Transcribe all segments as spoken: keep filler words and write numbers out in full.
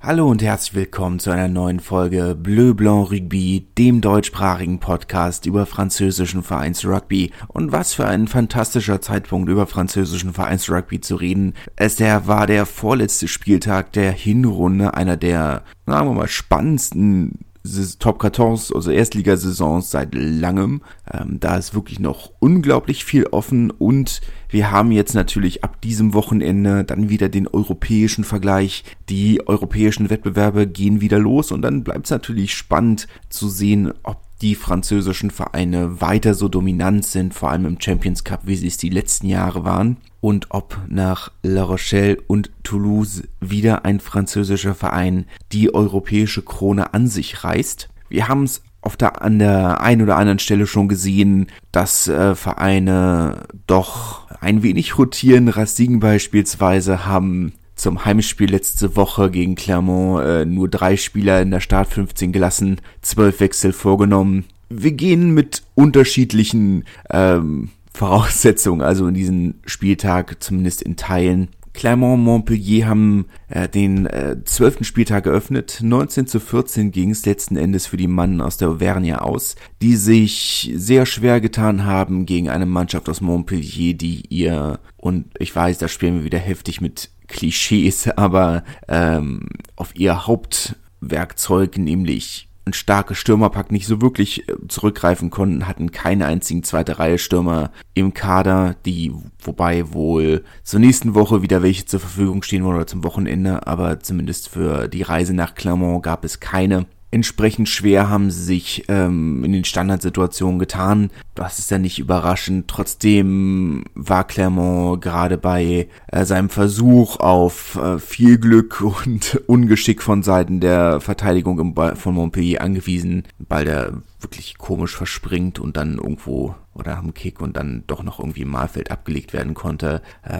Hallo und herzlich willkommen zu einer neuen Folge Bleu Blanc Rugby, dem deutschsprachigen Podcast über französischen Vereinsrugby. Und was für ein fantastischer Zeitpunkt, über französischen Vereinsrugby zu reden. Es der war der vorletzte Spieltag der Hinrunde, einer der, sagen wir mal, spannendsten Top vierzehn, also Erstligasaisons seit langem. Ähm, da ist wirklich noch unglaublich viel offen und wir haben jetzt natürlich ab diesem Wochenende dann wieder den europäischen Vergleich. Die europäischen Wettbewerbe gehen wieder los und dann bleibt es natürlich spannend zu sehen, ob die französischen Vereine weiter so dominant sind, vor allem im Champions Cup, wie sie es die letzten Jahre waren. Und ob nach La Rochelle und Toulouse wieder ein französischer Verein die europäische Krone an sich reißt. Wir haben es auf der, an der einen oder anderen Stelle schon gesehen, dass äh, Vereine doch ein wenig rotieren. Racing beispielsweise haben zum Heimspiel letzte Woche gegen Clermont äh, nur drei Spieler in der Start fünfzehn gelassen, zwölf Wechsel vorgenommen. Wir gehen mit unterschiedlichen ähm, Voraussetzungen, also in diesen Spieltag, zumindest in Teilen. Clermont und Montpellier haben äh, den äh, zwölften Spieltag geöffnet. neunzehn zu vierzehn ging es letzten Endes für die Mannen aus der Auvergne aus, die sich sehr schwer getan haben gegen eine Mannschaft aus Montpellier, die ihr, und ich weiß, da spielen wir wieder heftig mit Klischees, aber ähm, auf ihr Hauptwerkzeug, nämlich ein starkes Stürmerpack, nicht so wirklich zurückgreifen konnten, hatten keinen einzigen zweite Reihe Stürmer im Kader, die, wobei wohl zur nächsten Woche wieder welche zur Verfügung stehen wollen oder zum Wochenende, aber zumindest für die Reise nach Clermont gab es keine. Entsprechend schwer haben sie sich ähm, in den Standardsituationen getan. Das ist ja nicht überraschend. Trotzdem war Clermont gerade bei äh, seinem Versuch auf äh, viel Glück und Ungeschick von Seiten der Verteidigung im Ball von Montpellier angewiesen. Ein Ball, der wirklich komisch verspringt und dann irgendwo oder am Kick und dann doch noch irgendwie im Mahlfeld abgelegt werden konnte, äh,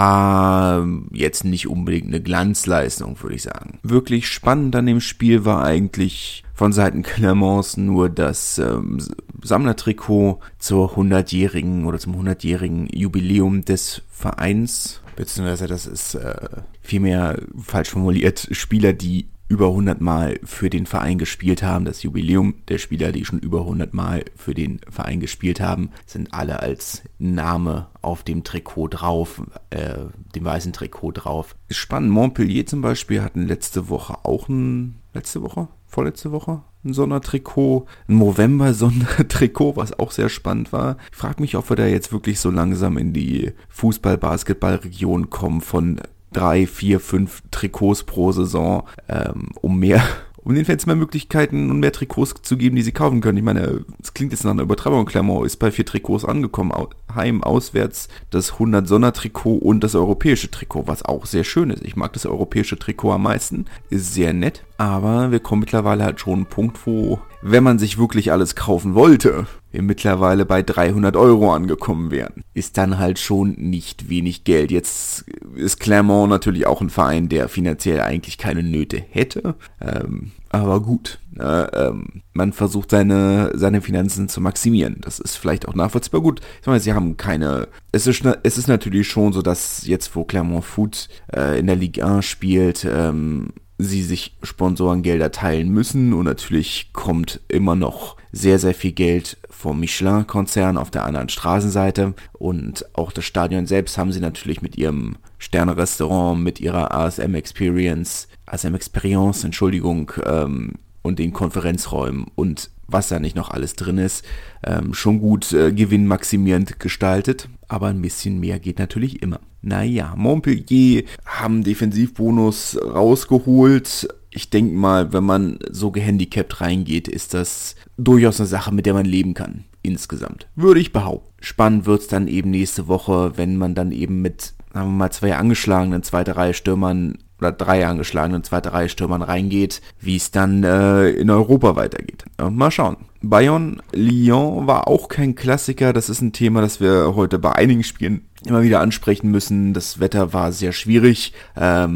war jetzt nicht unbedingt eine Glanzleistung, würde ich sagen. Wirklich spannend an dem Spiel war eigentlich von Seiten Clermonts nur das ähm, Sammlertrikot zur hundertjährigen oder zum hundertjährigen Jubiläum des Vereins, beziehungsweise das ist äh, vielmehr falsch formuliert, Spieler, die über hundert Mal für den Verein gespielt haben. Das Jubiläum der Spieler, die schon über hundert Mal für den Verein gespielt haben, sind alle als Name auf dem Trikot drauf, äh, dem weißen Trikot drauf. Ist spannend. Montpellier zum Beispiel hatten letzte Woche auch ein, letzte Woche? Vorletzte Woche? Ein Sondertrikot, ein Movember-Sondertrikot, was auch sehr spannend war. Ich frage mich, ob wir da jetzt wirklich so langsam in die Fußball-Basketball-Region kommen von drei, vier, fünf Trikots pro Saison, ähm, um mehr, um den Fans mehr Möglichkeiten und mehr Trikots zu geben, die sie kaufen können. Ich meine, es klingt jetzt nach einer Übertreibung. Clermont ist bei vier Trikots angekommen, heim, auswärts, das hundert Sondertrikot und das europäische Trikot, was auch sehr schön ist. Ich mag das europäische Trikot am meisten, ist sehr nett, aber wir kommen mittlerweile halt schon einen Punkt, wo, wenn man sich wirklich alles kaufen wollte, wir mittlerweile bei dreihundert Euro angekommen wären. Ist dann halt schon nicht wenig Geld. Jetzt ist Clermont natürlich auch ein Verein, der finanziell eigentlich keine Nöte hätte. Ähm, aber gut, äh, ähm, man versucht seine seine Finanzen zu maximieren. Das ist vielleicht auch nachvollziehbar gut. Ich meine, sie haben keine... Es ist, es ist natürlich schon so, dass jetzt, wo Clermont Foot äh, in der Ligue eins spielt, ähm, sie sich Sponsorengelder teilen müssen und natürlich kommt immer noch sehr, sehr viel Geld vom Michelin-Konzern auf der anderen Straßenseite und auch das Stadion selbst haben sie natürlich mit ihrem Sterne-Restaurant, mit ihrer A S M-Experience, A S M-Experience, Entschuldigung, ähm, und den Konferenzräumen und was da nicht noch alles drin ist, ähm, schon gut äh, gewinnmaximierend gestaltet, aber ein bisschen mehr geht natürlich immer. Naja, Montpellier haben Defensivbonus rausgeholt. Ich denke mal, wenn man so gehandicapt reingeht, ist das durchaus eine Sache, mit der man leben kann, insgesamt. Würde ich behaupten. Spannend wird's dann eben nächste Woche, wenn man dann eben mit, sagen wir mal, zwei angeschlagenen zweite Reihe Stürmern oder drei angeschlagenen zweite Reihe Stürmern reingeht, wie es dann äh, in Europa weitergeht. Ja, mal schauen. Bayern, Lyon war auch kein Klassiker. Das ist ein Thema, das wir heute bei einigen Spielen immer wieder ansprechen müssen. Das Wetter war sehr schwierig. Ähm,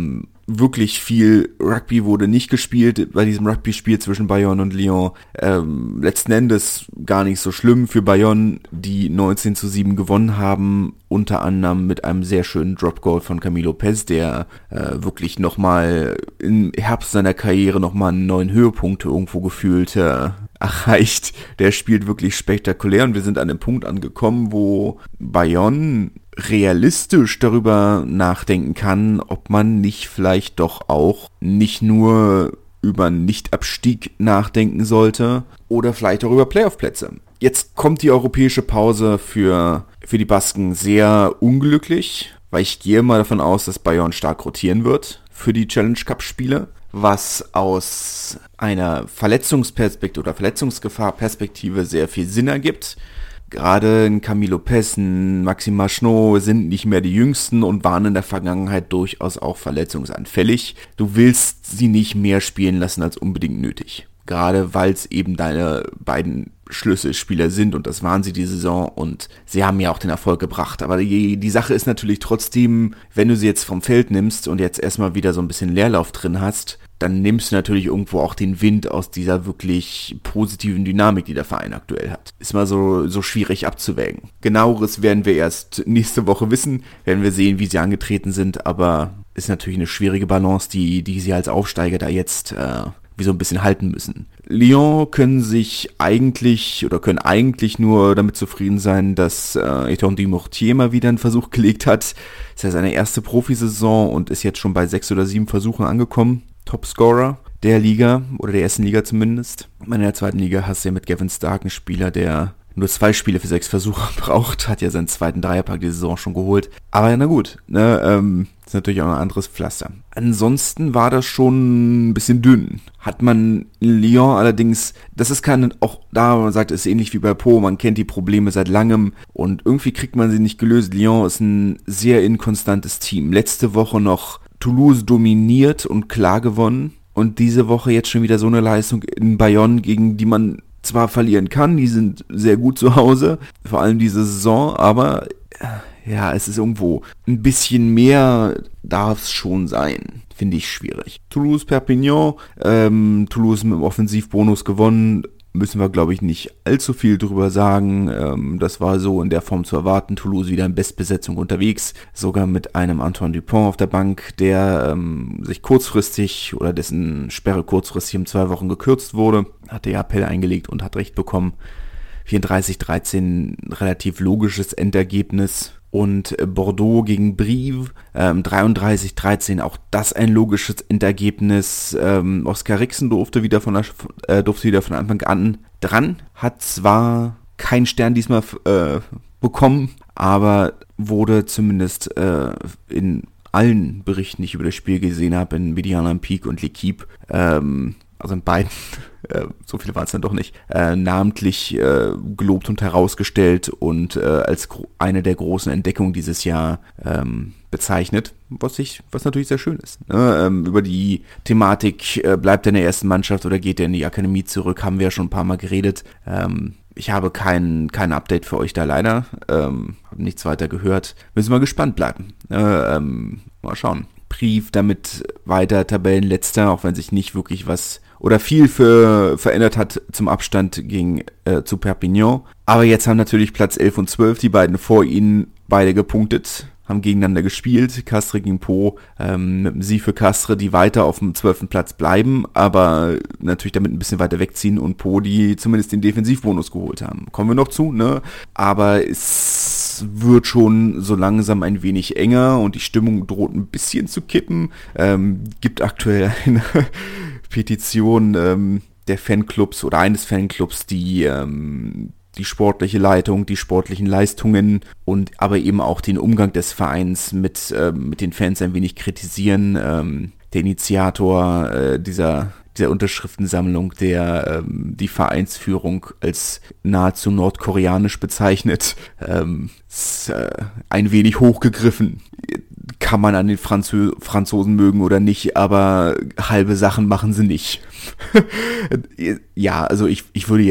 wirklich viel Rugby wurde nicht gespielt bei diesem Rugby-Spiel zwischen Bayonne und Lyon. Ähm, letzten Endes gar nicht so schlimm für Bayonne, die neunzehn zu sieben gewonnen haben, unter anderem mit einem sehr schönen Drop-Goal von Camilo Pez, der äh, wirklich nochmal im Herbst seiner Karriere nochmal einen neuen Höhepunkt irgendwo gefühlt äh, erreicht. Der spielt wirklich spektakulär und wir sind an dem Punkt angekommen, wo Bayonne realistisch darüber nachdenken kann, ob man nicht vielleicht doch auch nicht nur über einen Nichtabstieg nachdenken sollte oder vielleicht auch über Playoff-Plätze. Jetzt kommt die europäische Pause für, für die Basken sehr unglücklich, weil ich gehe mal davon aus, dass Bayonne stark rotieren wird für die Challenge Cup Spiele, was aus einer Verletzungsperspektive oder Verletzungsgefahrperspektive sehr viel Sinn ergibt. Gerade ein Camilo Pez, ein Maxime Marchnot sind nicht mehr die Jüngsten und waren in der Vergangenheit durchaus auch verletzungsanfällig. Du willst sie nicht mehr spielen lassen als unbedingt nötig. Gerade weil es eben deine beiden Schlüsselspieler sind und das waren sie die Saison und sie haben ja auch den Erfolg gebracht. Aber die, die Sache ist natürlich trotzdem, wenn du sie jetzt vom Feld nimmst und jetzt erstmal wieder so ein bisschen Leerlauf drin hast, dann nimmst du natürlich irgendwo auch den Wind aus dieser wirklich positiven Dynamik, die der Verein aktuell hat. Ist mal so, so schwierig abzuwägen. Genaueres werden wir erst nächste Woche wissen, werden wir sehen, wie sie angetreten sind, aber ist natürlich eine schwierige Balance, die, die sie als Aufsteiger da jetzt äh, wie so ein bisschen halten müssen. Lyon können sich eigentlich oder können eigentlich nur damit zufrieden sein, dass äh, Eton Dumortier mal wieder einen Versuch gelegt hat. Ist ja seine erste Profisaison und ist jetzt schon bei sechs oder sieben Versuchen angekommen. Topscorer der Liga oder der ersten Liga zumindest. In der zweiten Liga hast du ja mit Gavin Stark einen Spieler, der nur zwei Spiele für sechs Versuche braucht, hat ja seinen zweiten Dreierpack die Saison schon geholt. Aber na gut, ne, ähm, ist natürlich auch ein anderes Pflaster. Ansonsten war das schon ein bisschen dünn. Hat man in Lyon allerdings, das ist kein, auch da, man sagt, ist ähnlich wie bei Po, man kennt die Probleme seit langem und irgendwie kriegt man sie nicht gelöst. Lyon ist ein sehr inkonstantes Team. Letzte Woche noch Toulouse dominiert und klar gewonnen und diese Woche jetzt schon wieder so eine Leistung in Bayonne, gegen die man zwar verlieren kann, die sind sehr gut zu Hause, vor allem diese Saison, aber ja, es ist irgendwo ein bisschen mehr darf es schon sein, finde ich schwierig. Toulouse Perpignan, ähm, Toulouse mit dem Offensivbonus gewonnen, müssen wir, glaube ich, nicht allzu viel drüber sagen. Ähm, das war so in der Form zu erwarten. Toulouse wieder in Bestbesetzung unterwegs, sogar mit einem Antoine Dupont auf der Bank, der ähm, sich kurzfristig oder dessen Sperre kurzfristig um zwei Wochen gekürzt wurde, hat der Appell eingelegt und hat Recht bekommen. vierunddreißig dreizehn, relativ logisches Endergebnis. Und Bordeaux gegen Brive, ähm, dreiunddreißig dreizehn, auch das ein logisches Endergebnis. Ähm, Oskar Rixen durfte wieder von der, äh, durfte wieder von Anfang an dran, hat zwar keinen Stern diesmal äh, bekommen, aber wurde zumindest äh, in allen Berichten, die ich über das Spiel gesehen habe, in Median Olympique und L'Équipe, ähm, also in beiden, äh, so viele waren es dann doch nicht, äh, namentlich äh, gelobt und herausgestellt und äh, als gro- eine der großen Entdeckungen dieses Jahr ähm, bezeichnet, was ich, was natürlich sehr schön ist. Ne? Ähm, über die Thematik, äh, bleibt er in der ersten Mannschaft oder geht er in die Akademie zurück, haben wir ja schon ein paar Mal geredet. Ähm, ich habe kein, kein Update für euch da leider, ähm, habe nichts weiter gehört. Müssen wir gespannt bleiben. Äh, ähm, mal schauen. Brive damit weiter Tabellenletzter, auch wenn sich nicht wirklich was oder viel für verändert hat zum Abstand gegen äh, zu Perpignan. Aber jetzt haben natürlich Platz elf und zwölf, die beiden vor ihnen beide gepunktet, haben gegeneinander gespielt. Castres gegen Po, ähm, mit dem Sieg für Castres, die weiter auf dem zwölften Platz bleiben, aber natürlich damit ein bisschen weiter wegziehen und Po, die zumindest den Defensivbonus geholt haben. Kommen wir noch zu, ne? Aber es wird schon so langsam ein wenig enger und die Stimmung droht ein bisschen zu kippen. Ähm, gibt aktuell eine Petition ähm, der Fanclubs oder eines Fanclubs, die ähm, die sportliche Leitung, die sportlichen Leistungen und aber eben auch den Umgang des Vereins mit, ähm, mit den Fans ein wenig kritisieren. Ähm, der Initiator äh, dieser dieser Unterschriftensammlung, der ähm, die Vereinsführung als nahezu nordkoreanisch bezeichnet, ähm, ist äh, ein wenig hochgegriffen. Kann man an den Franzö- Franzosen mögen oder nicht, aber halbe Sachen machen sie nicht. Ja, also ich, ich würde jetzt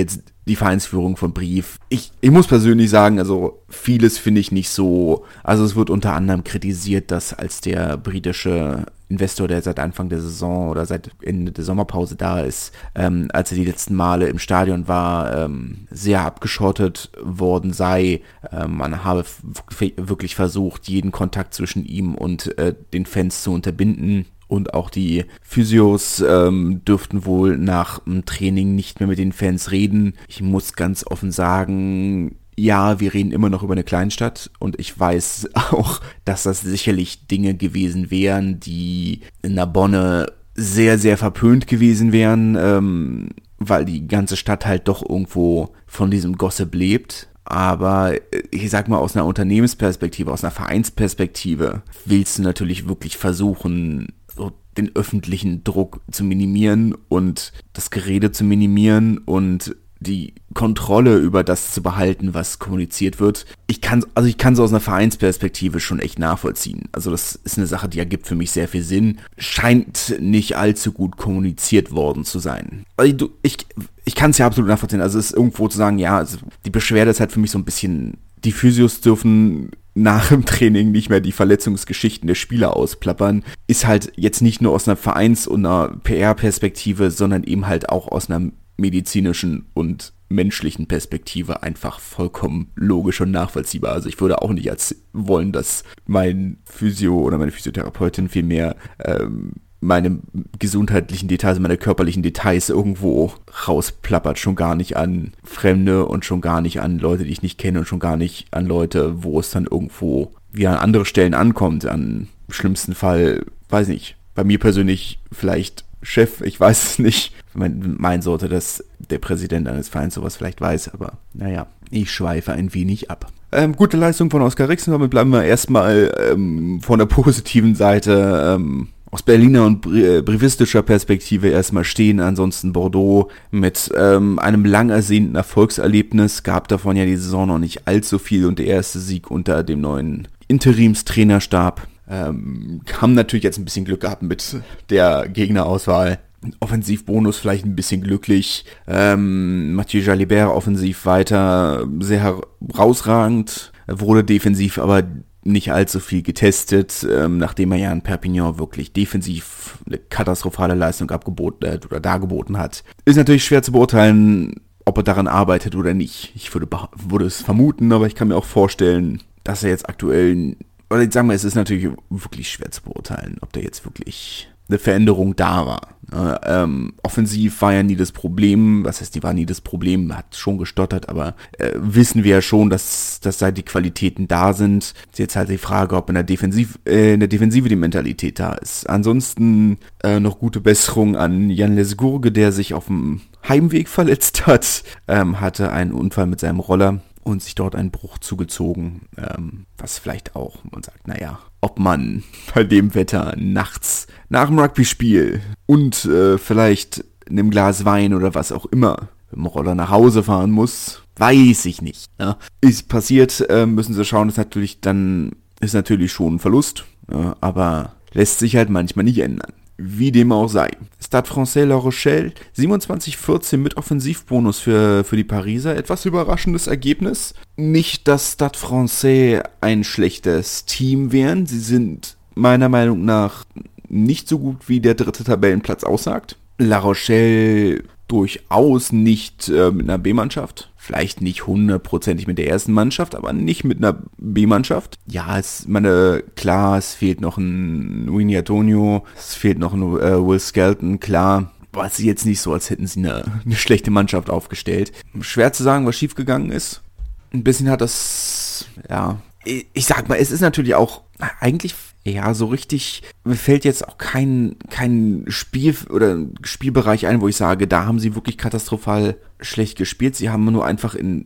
die Vereinsführung von Brief. Ich, ich muss persönlich sagen, also vieles finde ich nicht so, also es wird unter anderem kritisiert, dass als der britische Investor, der seit Anfang der Saison oder seit Ende der Sommerpause da ist, ähm, als er die letzten Male im Stadion war, ähm, sehr abgeschottet worden sei. Ähm, man habe f- wirklich versucht, jeden Kontakt zwischen ihm und äh, den Fans zu unterbinden. Und auch die Physios ähm, dürften wohl nach dem Training nicht mehr mit den Fans reden. Ich muss ganz offen sagen, ja, wir reden immer noch über eine Kleinstadt und ich weiß auch, dass das sicherlich Dinge gewesen wären, die in Narbonne sehr, sehr verpönt gewesen wären, ähm, weil die ganze Stadt halt doch irgendwo von diesem Gossip lebt. Aber ich sag mal, aus einer Unternehmensperspektive, aus einer Vereinsperspektive willst du natürlich wirklich versuchen, so den öffentlichen Druck zu minimieren und das Gerede zu minimieren und die Kontrolle über das zu behalten, was kommuniziert wird. Ich kann, also ich kann es aus einer Vereinsperspektive schon echt nachvollziehen. Also das ist eine Sache, die ergibt für mich sehr viel Sinn. Scheint nicht allzu gut kommuniziert worden zu sein. Also ich, ich kann es ja absolut nachvollziehen. Also es ist irgendwo zu sagen, ja, also die Beschwerde ist halt für mich so ein bisschen, die Physios dürfen nach dem Training nicht mehr die Verletzungsgeschichten der Spieler ausplappern, ist halt jetzt nicht nur aus einer Vereins- und einer P R-Perspektive, sondern eben halt auch aus einer medizinischen und menschlichen Perspektive einfach vollkommen logisch und nachvollziehbar. Also ich würde auch nicht als wollen, dass mein Physio oder meine Physiotherapeutin vielmehr ähm, meine gesundheitlichen Details, meine körperlichen Details irgendwo rausplappert, schon gar nicht an Fremde und schon gar nicht an Leute, die ich nicht kenne und schon gar nicht an Leute, wo es dann irgendwo wie an andere Stellen ankommt, an im schlimmsten Fall, weiß nicht, bei mir persönlich vielleicht Chef, ich weiß es nicht. Man meinen sollte, dass der Präsident eines Vereins sowas vielleicht weiß, aber naja, ich schweife ein wenig ab. Ähm, gute Leistung von Oskar Rixen, damit bleiben wir erstmal ähm, von der positiven Seite ähm, aus Berliner und Bri- brivistischer Perspektive erstmal stehen. Ansonsten Bordeaux mit ähm, einem lang ersehnten Erfolgserlebnis, gab davon ja die Saison noch nicht allzu viel und der erste Sieg unter dem neuen Interimstrainerstab. Ähm, haben natürlich jetzt ein bisschen Glück gehabt mit der Gegnerauswahl. Offensivbonus vielleicht ein bisschen glücklich. Ähm, Mathieu Jalibert offensiv weiter sehr herausragend. Wurde defensiv aber nicht allzu viel getestet, ähm, nachdem er ja in Perpignan wirklich defensiv eine katastrophale Leistung abgeboten äh, oder dargeboten hat. Ist natürlich schwer zu beurteilen, ob er daran arbeitet oder nicht. Ich würde, würde es vermuten, aber ich kann mir auch vorstellen, dass er jetzt aktuell, oder jetzt sagen wir, es ist natürlich wirklich schwer zu beurteilen, ob da jetzt wirklich eine Veränderung da war. Äh, ähm, offensiv war ja nie das Problem, was heißt, die war nie das Problem, hat schon gestottert, aber äh, wissen wir ja schon, dass, dass da die Qualitäten da sind. Ist jetzt halt die Frage, ob in der, Defensiv, äh, in der Defensive die Mentalität da ist. Ansonsten äh, noch gute Besserung an Jan Lesgourge, der sich auf dem Heimweg verletzt hat, ähm, hatte einen Unfall mit seinem Roller und sich dort einen Bruch zugezogen, ähm, was vielleicht auch, man sagt, naja, ob man bei dem Wetter nachts nach dem Rugby-Spiel und äh, vielleicht einem Glas Wein oder was auch immer mit dem Roller nach Hause fahren muss, weiß ich nicht. Ja. Ist passiert, äh, müssen sie schauen, ist natürlich dann, ist natürlich schon ein Verlust, ja, aber lässt sich halt manchmal nicht ändern. Wie dem auch sei. Stade Français La Rochelle, siebenundzwanzig vierzehn mit Offensivbonus für, für die Pariser. Etwas überraschendes Ergebnis. Nicht, dass Stade Français ein schlechtes Team wären. Sie sind meiner Meinung nach nicht so gut, wie der dritte Tabellenplatz aussagt. La Rochelle durchaus nicht äh, mit einer B-Mannschaft. Vielleicht nicht hundertprozentig mit der ersten Mannschaft, aber nicht mit einer B-Mannschaft. Ja, es, meine, klar, es fehlt noch ein Winnie Antonio, es fehlt noch ein äh, Will Skelton, klar. War es jetzt nicht so, als hätten sie eine, eine schlechte Mannschaft aufgestellt. Schwer zu sagen, was schiefgegangen ist. Ein bisschen hat das, ja, ich, ich sag mal, es ist natürlich auch eigentlich, ja, so richtig, mir fällt jetzt auch kein, kein Spiel oder Spielbereich ein, wo ich sage, da haben sie wirklich katastrophal schlecht gespielt. Sie haben nur einfach in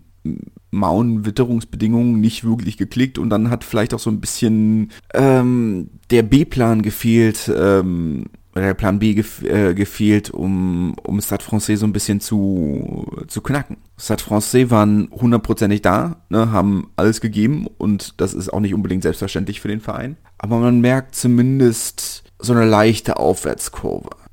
mauen Witterungsbedingungen nicht wirklich geklickt und dann hat vielleicht auch so ein bisschen ähm, der B-Plan gefehlt, ähm, oder der Plan B gef- äh, gefehlt, um, um Stade Français so ein bisschen zu, zu knacken. Stade Français waren hundertprozentig da, ne, haben alles gegeben und das ist auch nicht unbedingt selbstverständlich für den Verein. Aber man merkt zumindest so eine leichte Aufwärtskurve.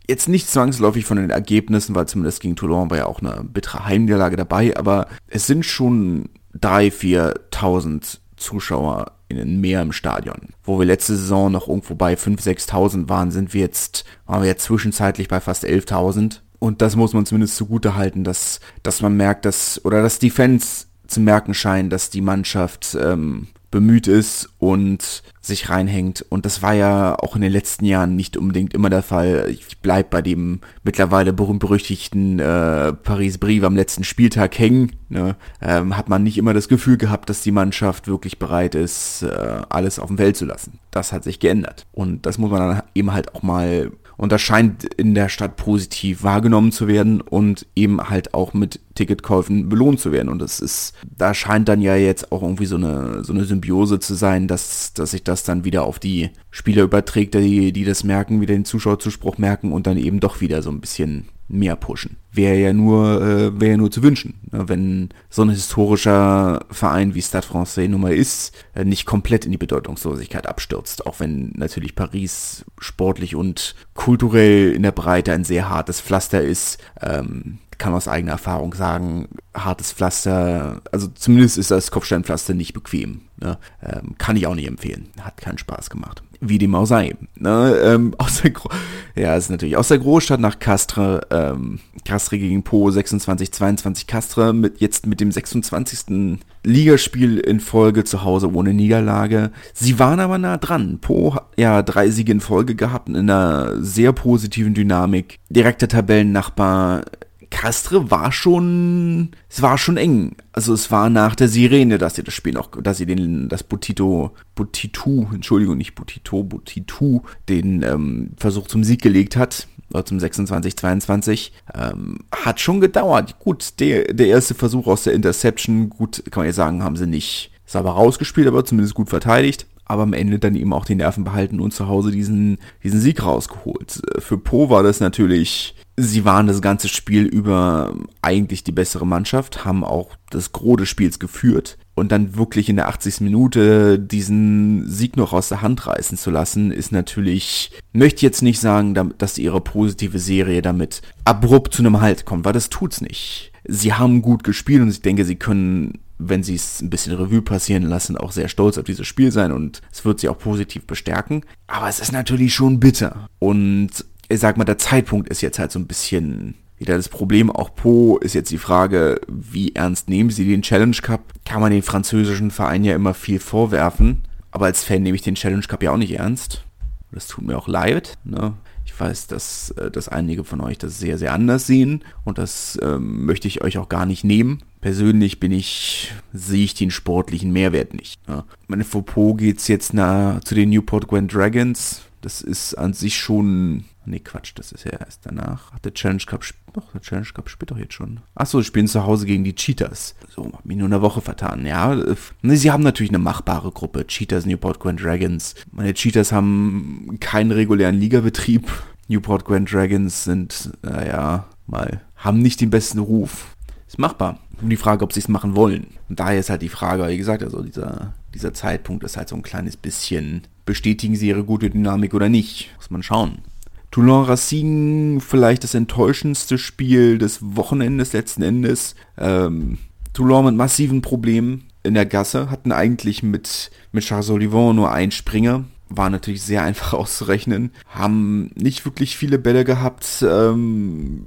Jetzt nicht zwangsläufig von den Ergebnissen, weil zumindest gegen Toulon war ja auch eine bittere Heimniederlage dabei, aber es sind schon dreitausend, viertausend ZuschauerInnen mehr im Stadion. Wo wir letzte Saison noch irgendwo bei fünftausend, sechstausend waren, sind wir jetzt, waren wir jetzt zwischenzeitlich bei fast elftausend. Und das muss man zumindest zugute halten, dass, dass man merkt, dass, oder dass die Fans zu merken scheinen, dass die Mannschaft ähm, bemüht ist und sich reinhängt. Und das war ja auch in den letzten Jahren nicht unbedingt immer der Fall. Ich bleib bei dem mittlerweile berühmt-berüchtigten äh, Paris-Brive am letzten Spieltag hängen. Ne? Ähm, hat man nicht immer das Gefühl gehabt, dass die Mannschaft wirklich bereit ist, äh, alles auf dem Feld zu lassen. Das hat sich geändert. Und das muss man dann eben halt auch mal... Und das scheint in der Stadt positiv wahrgenommen zu werden und eben halt auch mit Ticketkäufen belohnt zu werden. Und das ist, da scheint dann ja jetzt auch irgendwie so eine, so eine Symbiose zu sein, dass, dass sich das dann wieder auf die Spieler überträgt, die, die das merken, wieder den Zuschauerzuspruch merken und dann eben doch wieder so ein bisschen mehr pushen. Wäre ja nur, äh, wäre ja nur zu wünschen, ne? Wenn so ein historischer Verein wie Stade Français nun mal ist, äh, nicht komplett in die Bedeutungslosigkeit abstürzt, auch wenn natürlich Paris sportlich und kulturell in der Breite ein sehr hartes Pflaster ist, ähm, kann aus eigener Erfahrung sagen, hartes Pflaster, also zumindest ist das Kopfsteinpflaster nicht bequem, ne? ähm, kann ich auch nicht empfehlen, hat keinen Spaß gemacht. Wie dem auch sei. Ne? Ähm, aus der Gro- ja, ist natürlich aus der Großstadt nach Castres, ähm, Castres gegen Po, sechsundzwanzig zweiundzwanzig Castres, mit, jetzt mit dem sechsundzwanzigsten Ligaspiel in Folge zu Hause ohne Niederlage. Sie waren aber nah dran. Po, ja, drei Siege in Folge gehabt in einer sehr positiven Dynamik. Direkter Tabellennachbar Castres war schon, es war schon eng. Also es war nach der Sirene, dass sie das Spiel noch, dass sie den, das Butito, Butitu, Entschuldigung, nicht Butito, Butitu, den ähm, Versuch zum Sieg gelegt hat, oder zum sechsundzwanzig zweiundzwanzig, ähm, hat schon gedauert. Gut, der, der erste Versuch aus der Interception, gut, kann man ja sagen, haben sie nicht sauber rausgespielt, aber zumindest gut verteidigt. Aber am Ende dann eben auch die Nerven behalten und zu Hause diesen, diesen Sieg rausgeholt. Für Po war das natürlich, sie waren das ganze Spiel über eigentlich die bessere Mannschaft, haben auch das Gros des Spiels geführt. Und dann wirklich in der achtzigsten Minute diesen Sieg noch aus der Hand reißen zu lassen, ist natürlich, möchte jetzt nicht sagen, dass ihre positive Serie damit abrupt zu einem Halt kommt, weil das tut's nicht. Sie haben gut gespielt und ich denke, sie können, wenn sie es ein bisschen Revue passieren lassen, auch sehr stolz auf dieses Spiel sein und es wird sie auch positiv bestärken. Aber es ist natürlich schon bitter. Und ich sag mal, der Zeitpunkt ist jetzt halt so ein bisschen wieder das Problem. Auch Po ist jetzt die Frage, wie ernst nehmen sie den Challenge Cup? Kann man den französischen Verein ja immer viel vorwerfen. Aber als Fan nehme ich den Challenge Cup ja auch nicht ernst. Das tut mir auch leid, ne? Ich weiß, dass, dass einige von euch das sehr, sehr anders sehen und das ähm, möchte ich euch auch gar nicht nehmen. Persönlich bin ich, sehe ich den sportlichen Mehrwert nicht. Ja. Meine für Po geht's jetzt nach, zu den Newport Gwent Dragons. Das ist an sich schon... Nee, Quatsch, das ist ja erst danach. Ach, der Challenge Cup, doch, der Challenge Cup spielt doch jetzt schon. Achso, sie spielen zu Hause gegen die Cheetahs. So, hab mich nur eine Woche vertan, ja. Ne, sie haben natürlich eine machbare Gruppe. Cheetahs, Newport Gwent Dragons. Meine Cheetahs haben keinen regulären Ligabetrieb. Newport Gwent Dragons sind, naja, mal, haben nicht den besten Ruf. Ist machbar. Nur die Frage, ob sie es machen wollen. Und daher ist halt die Frage, wie gesagt, also dieser, dieser Zeitpunkt ist halt so ein kleines bisschen, bestätigen sie ihre gute Dynamik oder nicht? Muss man schauen. Toulon Racing, vielleicht das enttäuschendste Spiel des Wochenendes letzten Endes. Ähm, Toulon mit massiven Problemen in der Gasse, hatten eigentlich mit, mit Charles Olivon nur einen Springer. War natürlich sehr einfach auszurechnen. Haben nicht wirklich viele Bälle gehabt. Ähm,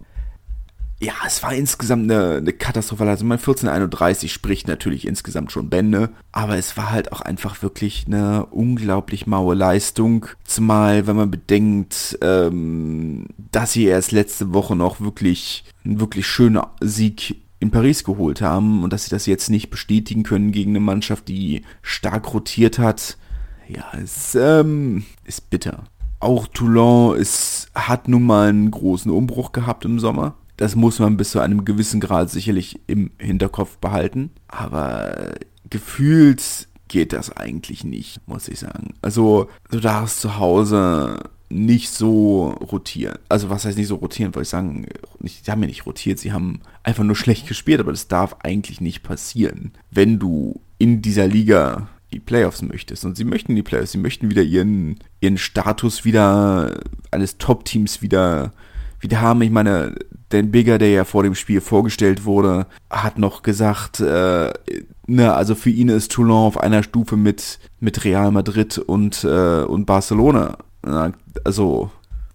ja, es war insgesamt eine, eine Katastrophe. Also mein vierzehn einunddreißig spricht natürlich insgesamt schon Bände. Aber es war halt auch einfach wirklich eine unglaublich maue Leistung. Zumal, wenn man bedenkt, ähm, dass sie erst letzte Woche noch wirklich einen wirklich schönen Sieg in Paris geholt haben. Und dass sie das jetzt nicht bestätigen können gegen eine Mannschaft, die stark rotiert hat. Ja, es ähm, ist bitter. Auch Toulon ist, hat nun mal einen großen Umbruch gehabt im Sommer. Das muss man bis zu einem gewissen Grad sicherlich im Hinterkopf behalten. Aber gefühlt geht das eigentlich nicht, muss ich sagen. Also du darfst zu Hause nicht so rotieren. Also was heißt nicht so rotieren, wollte ich sagen, sie haben ja nicht rotiert, sie haben einfach nur schlecht gespielt, aber das darf eigentlich nicht passieren, wenn du in dieser Liga die Playoffs möchtest. Und sie möchten die Playoffs, sie möchten wieder ihren, ihren Status wieder eines Top-Teams wieder wieder haben. Ich meine, Dan Bigger, der ja vor dem Spiel vorgestellt wurde, hat noch gesagt, äh, ne, also für ihn ist Toulon auf einer Stufe mit, mit Real Madrid und, äh, und Barcelona. Also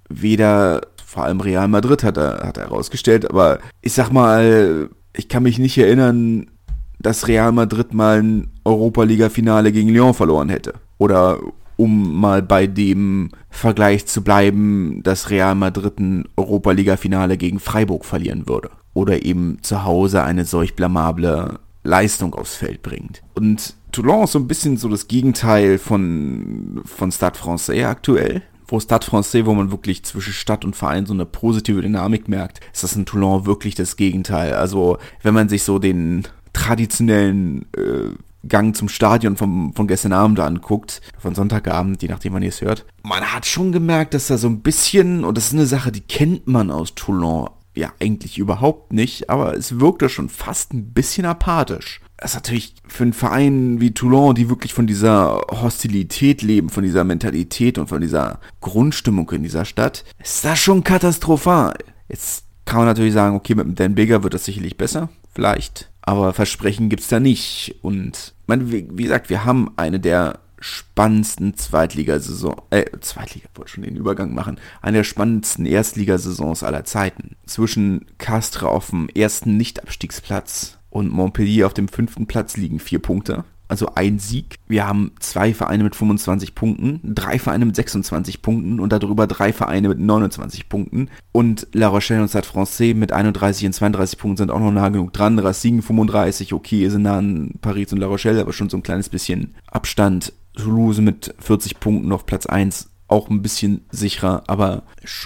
weder, vor allem Real Madrid hat er, hat er herausgestellt, aber ich sag mal, ich kann mich nicht erinnern, dass Real Madrid mal ein Europa-Liga-Finale gegen Lyon verloren hätte. Oder um mal bei dem Vergleich zu bleiben, dass Real Madrid ein Europa-Liga-Finale gegen Freiburg verlieren würde. Oder eben zu Hause eine solch blamable Leistung aufs Feld bringt. Und Toulon ist so ein bisschen so das Gegenteil von, von Stade Français aktuell. Wo Stade Français, wo man wirklich zwischen Stadt und Verein so eine positive Dynamik merkt, ist das in Toulon wirklich das Gegenteil. Also wenn man sich so den traditionellen äh, Gang zum Stadion vom, von gestern Abend anguckt, von Sonntagabend, je nachdem wann ihr es hört, man hat schon gemerkt, dass da so ein bisschen, und das ist eine Sache, die kennt man aus Toulon ja eigentlich überhaupt nicht, aber es wirkte schon fast ein bisschen apathisch. Das ist natürlich für einen Verein wie Toulon, die wirklich von dieser Hostilität leben, von dieser Mentalität und von dieser Grundstimmung in dieser Stadt, ist das schon katastrophal. Jetzt kann man natürlich sagen, okay, mit dem Dan Bigger wird das sicherlich besser, vielleicht, aber Versprechen gibt's da nicht. Und man, wie, wie gesagt, wir haben eine der spannendsten Zweitligasaison, äh, Zweitliga, wollte schon den Übergang machen, eine der spannendsten Erstligasaisons aller Zeiten. Zwischen Castres auf dem ersten Nicht-Abstiegsplatz und Montpellier auf dem fünften Platz liegen vier Punkte. Also ein Sieg. Wir haben zwei Vereine mit fünfundzwanzig Punkten, drei Vereine mit sechsundzwanzig Punkten und darüber drei Vereine mit neunundzwanzig Punkten. Und La Rochelle und Stade Français mit einunddreißig und zweiunddreißig Punkten sind auch noch nah genug dran. Racing fünfunddreißig, okay, sind nah an Paris und La Rochelle, aber schon so ein kleines bisschen Abstand. Toulouse mit vierzig Punkten auf Platz eins, auch ein bisschen sicherer, aber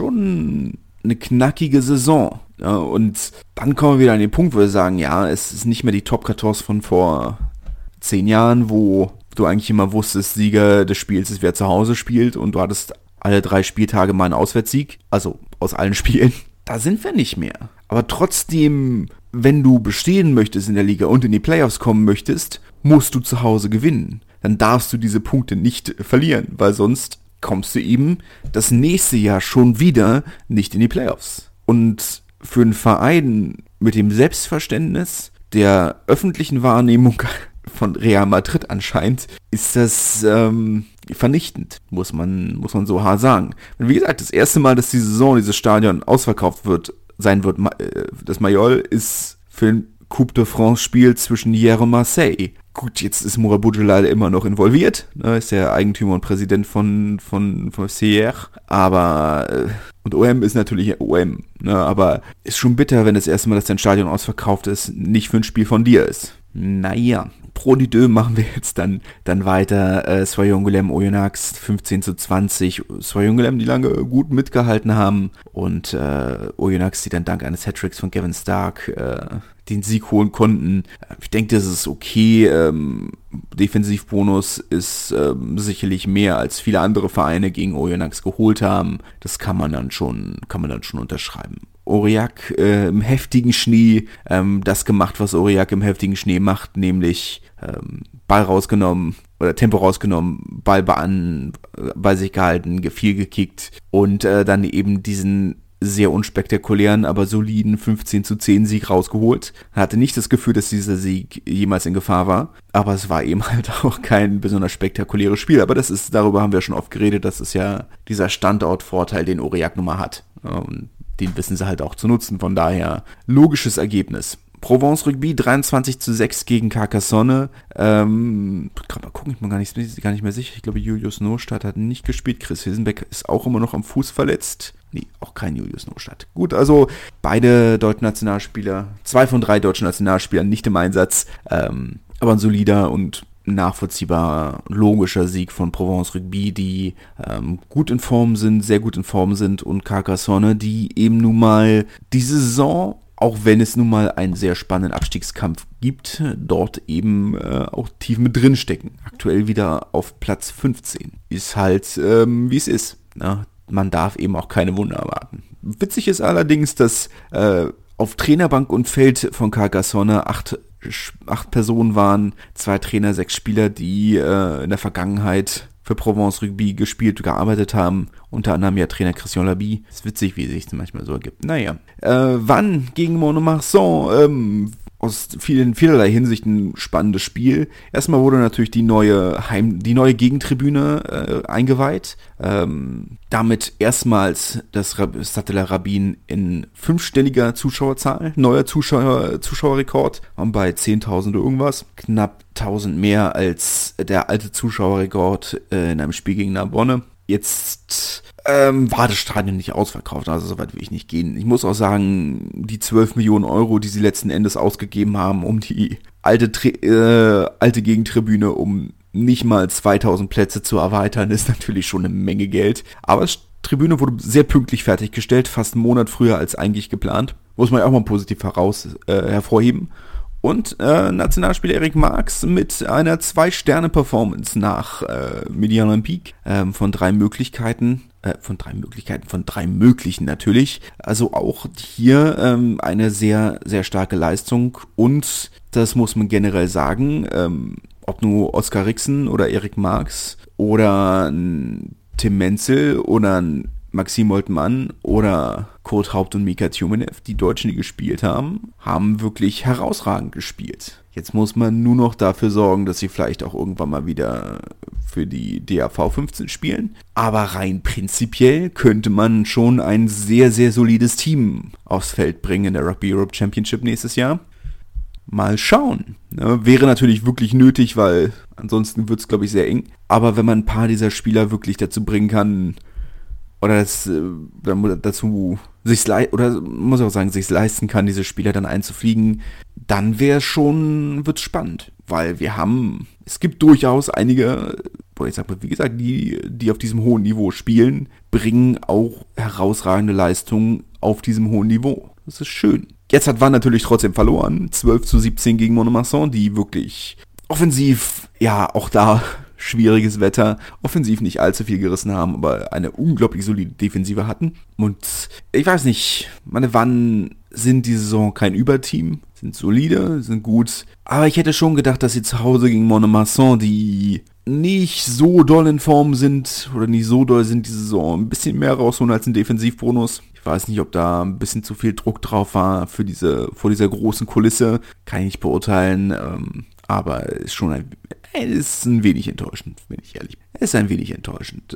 schon eine knackige Saison. Ja, und dann kommen wir wieder an den Punkt, wo wir sagen, ja, es ist nicht mehr die Top vierzehn von vor zehn Jahren, wo du eigentlich immer wusstest, Sieger des Spiels ist, wer zu Hause spielt, und du hattest alle drei Spieltage mal einen Auswärtssieg, also aus allen Spielen. Da sind wir nicht mehr. Aber trotzdem, wenn du bestehen möchtest in der Liga und in die Playoffs kommen möchtest, musst du zu Hause gewinnen. Dann darfst du diese Punkte nicht verlieren, weil sonst kommst du eben das nächste Jahr schon wieder nicht in die Playoffs. Und für einen Verein mit dem Selbstverständnis der öffentlichen Wahrnehmung von Real Madrid anscheinend, ist das ähm, vernichtend, muss man, muss man so hart sagen. Und wie gesagt, das erste Mal, dass die Saison, dieses Stadion ausverkauft wird, sein wird, das Mayol, ist für ein Coupe de France-Spiel zwischen Hier und Marseille. Gut, jetzt ist Mourad Boudjelal immer noch involviert, ne, ist der Eigentümer und Präsident von, von, von C R, aber, äh, und O M ist natürlich O M, ne, aber ist schon bitter, wenn das erste Mal, dass dein Stadion ausverkauft ist, nicht für ein Spiel von dir ist. Naja, Pro die Deux machen wir jetzt dann, dann weiter. Äh, Soyuncu Oyonnax fünfzehn zu zwanzig. Soyuncu, die lange gut mitgehalten haben. Und äh, Oyonnax, die dann dank eines Hattricks von Gavin Stark äh, den Sieg holen konnten. Ich denke, das ist okay. Ähm, Defensivbonus ist ähm, sicherlich mehr, als viele andere Vereine gegen Oyonnax geholt haben. Das kann man dann schon, kann man dann schon unterschreiben. Aurillac äh, im heftigen Schnee, ähm, das gemacht, was Aurillac im heftigen Schnee macht, nämlich ähm, Ball rausgenommen oder Tempo rausgenommen, Ball an, bei sich gehalten, viel gekickt und äh, dann eben diesen sehr unspektakulären, aber soliden fünfzehn zu zehn Sieg rausgeholt. Hatte nicht das Gefühl, dass dieser Sieg jemals in Gefahr war, aber es war eben halt auch kein besonders spektakuläres Spiel. Aber das ist, darüber haben wir schon oft geredet, das ist ja dieser Standortvorteil, den Aurillac nun mal hat. Und den wissen sie halt auch zu nutzen, von daher logisches Ergebnis. Provence Rugby dreiundzwanzig zu sechs gegen Carcassonne. Ähm, gerade mal gucken, ich bin gar nicht, gar nicht mehr sicher. Ich glaube, Julius Nostadt hat nicht gespielt. Chris Hilsenbeck ist auch immer noch am Fuß verletzt. Nee, auch kein Julius Nostadt. Gut, also beide deutschen Nationalspieler, zwei von drei deutschen Nationalspielern nicht im Einsatz. Ähm, aber ein solider und nachvollziehbar logischer Sieg von Provence Rugby, die ähm, gut in Form sind, sehr gut in Form sind, und Carcassonne, die eben nun mal diese Saison, auch wenn es nun mal einen sehr spannenden Abstiegskampf gibt, dort eben äh, auch tief mit drin stecken. Aktuell wieder auf Platz fünfzehn. Ist halt, ähm, wie es ist. Na, man darf eben auch keine Wunder erwarten. Witzig ist allerdings, dass äh, auf Trainerbank und Feld von Carcassonne acht Acht Personen waren, zwei Trainer, sechs Spieler, die äh, in der Vergangenheit für Provence Rugby gespielt und gearbeitet haben. Unter anderem ja Trainer Christian Labie. Ist witzig, wie sich das manchmal so ergibt. Naja. Äh, wann gegen Mont-de-Marsan? Ähm, aus vielen, vielerlei Hinsicht ein spannendes Spiel. Erstmal wurde natürlich die neue Heim, die neue Gegentribüne äh, eingeweiht. Ähm, damit erstmals das Stade la Rabine in fünfstelliger Zuschauerzahl. Neuer Zuschauer, Zuschauerrekord. Waren bei zehntausend irgendwas. Knapp tausend mehr als der alte Zuschauerrekord äh, in einem Spiel gegen Narbonne. Jetzt ähm, war das Stadion nicht ausverkauft, also so weit will ich nicht gehen. Ich muss auch sagen, die zwölf Millionen Euro, die sie letzten Endes ausgegeben haben, um die alte, äh, alte Gegentribüne um nicht mal zweitausend Plätze zu erweitern, ist natürlich schon eine Menge Geld. Aber die Tribüne wurde sehr pünktlich fertiggestellt, fast einen Monat früher als eigentlich geplant. Muss man ja auch mal positiv heraus äh, hervorheben. Und äh, Nationalspieler Eric Marx mit einer zwei-Sterne-Performance nach äh, Midi Olympique ähm, von drei Möglichkeiten, äh, von drei Möglichkeiten, von drei möglichen natürlich. Also auch hier ähm, eine sehr, sehr starke Leistung. Und das muss man generell sagen, ähm, ob nur Oskar Rixen oder Eric Marx oder ein Tim Menzel oder ein Maxim Moltmann oder Kurt Haupt und Mika Tjumenev, die Deutschen, die gespielt haben, haben wirklich herausragend gespielt. Jetzt muss man nur noch dafür sorgen, dass sie vielleicht auch irgendwann mal wieder für die D A V fünfzehn spielen. Aber rein prinzipiell könnte man schon ein sehr, sehr solides Team aufs Feld bringen in der Rugby Europe Championship nächstes Jahr. Mal schauen. Ne? Wäre natürlich wirklich nötig, weil ansonsten wird es, glaube ich, sehr eng. Aber wenn man ein paar dieser Spieler wirklich dazu bringen kann, oder das, dazu sich oder muss auch sagen, sich leisten kann, diese Spieler dann einzufliegen, dann wäre schon, wird's spannend, weil wir haben, es gibt durchaus einige, ich sag mal, wie gesagt, die, die auf diesem hohen Niveau spielen, bringen auch herausragende Leistungen auf diesem hohen Niveau. Das ist schön. Jetzt hat Vannes natürlich trotzdem verloren, zwölf zu siebzehn gegen Mont-de-Marsan, die wirklich offensiv, ja, auch da schwieriges Wetter, offensiv nicht allzu viel gerissen haben, aber eine unglaublich solide Defensive hatten. Und ich weiß nicht, meine Vannes sind diese Saison kein Überteam, sind solide, sind gut, aber ich hätte schon gedacht, dass sie zu Hause gegen Mont-de-Marsan, die nicht so doll in Form sind oder nicht so doll sind diese Saison, ein bisschen mehr rausholen als ein Defensivbonus. Ich weiß nicht, ob da ein bisschen zu viel Druck drauf war für diese, vor dieser großen Kulisse, kann ich nicht beurteilen, ähm, aber ist schon ein, ist ein wenig enttäuschend, wenn ich ehrlich bin. Ist ein wenig enttäuschend.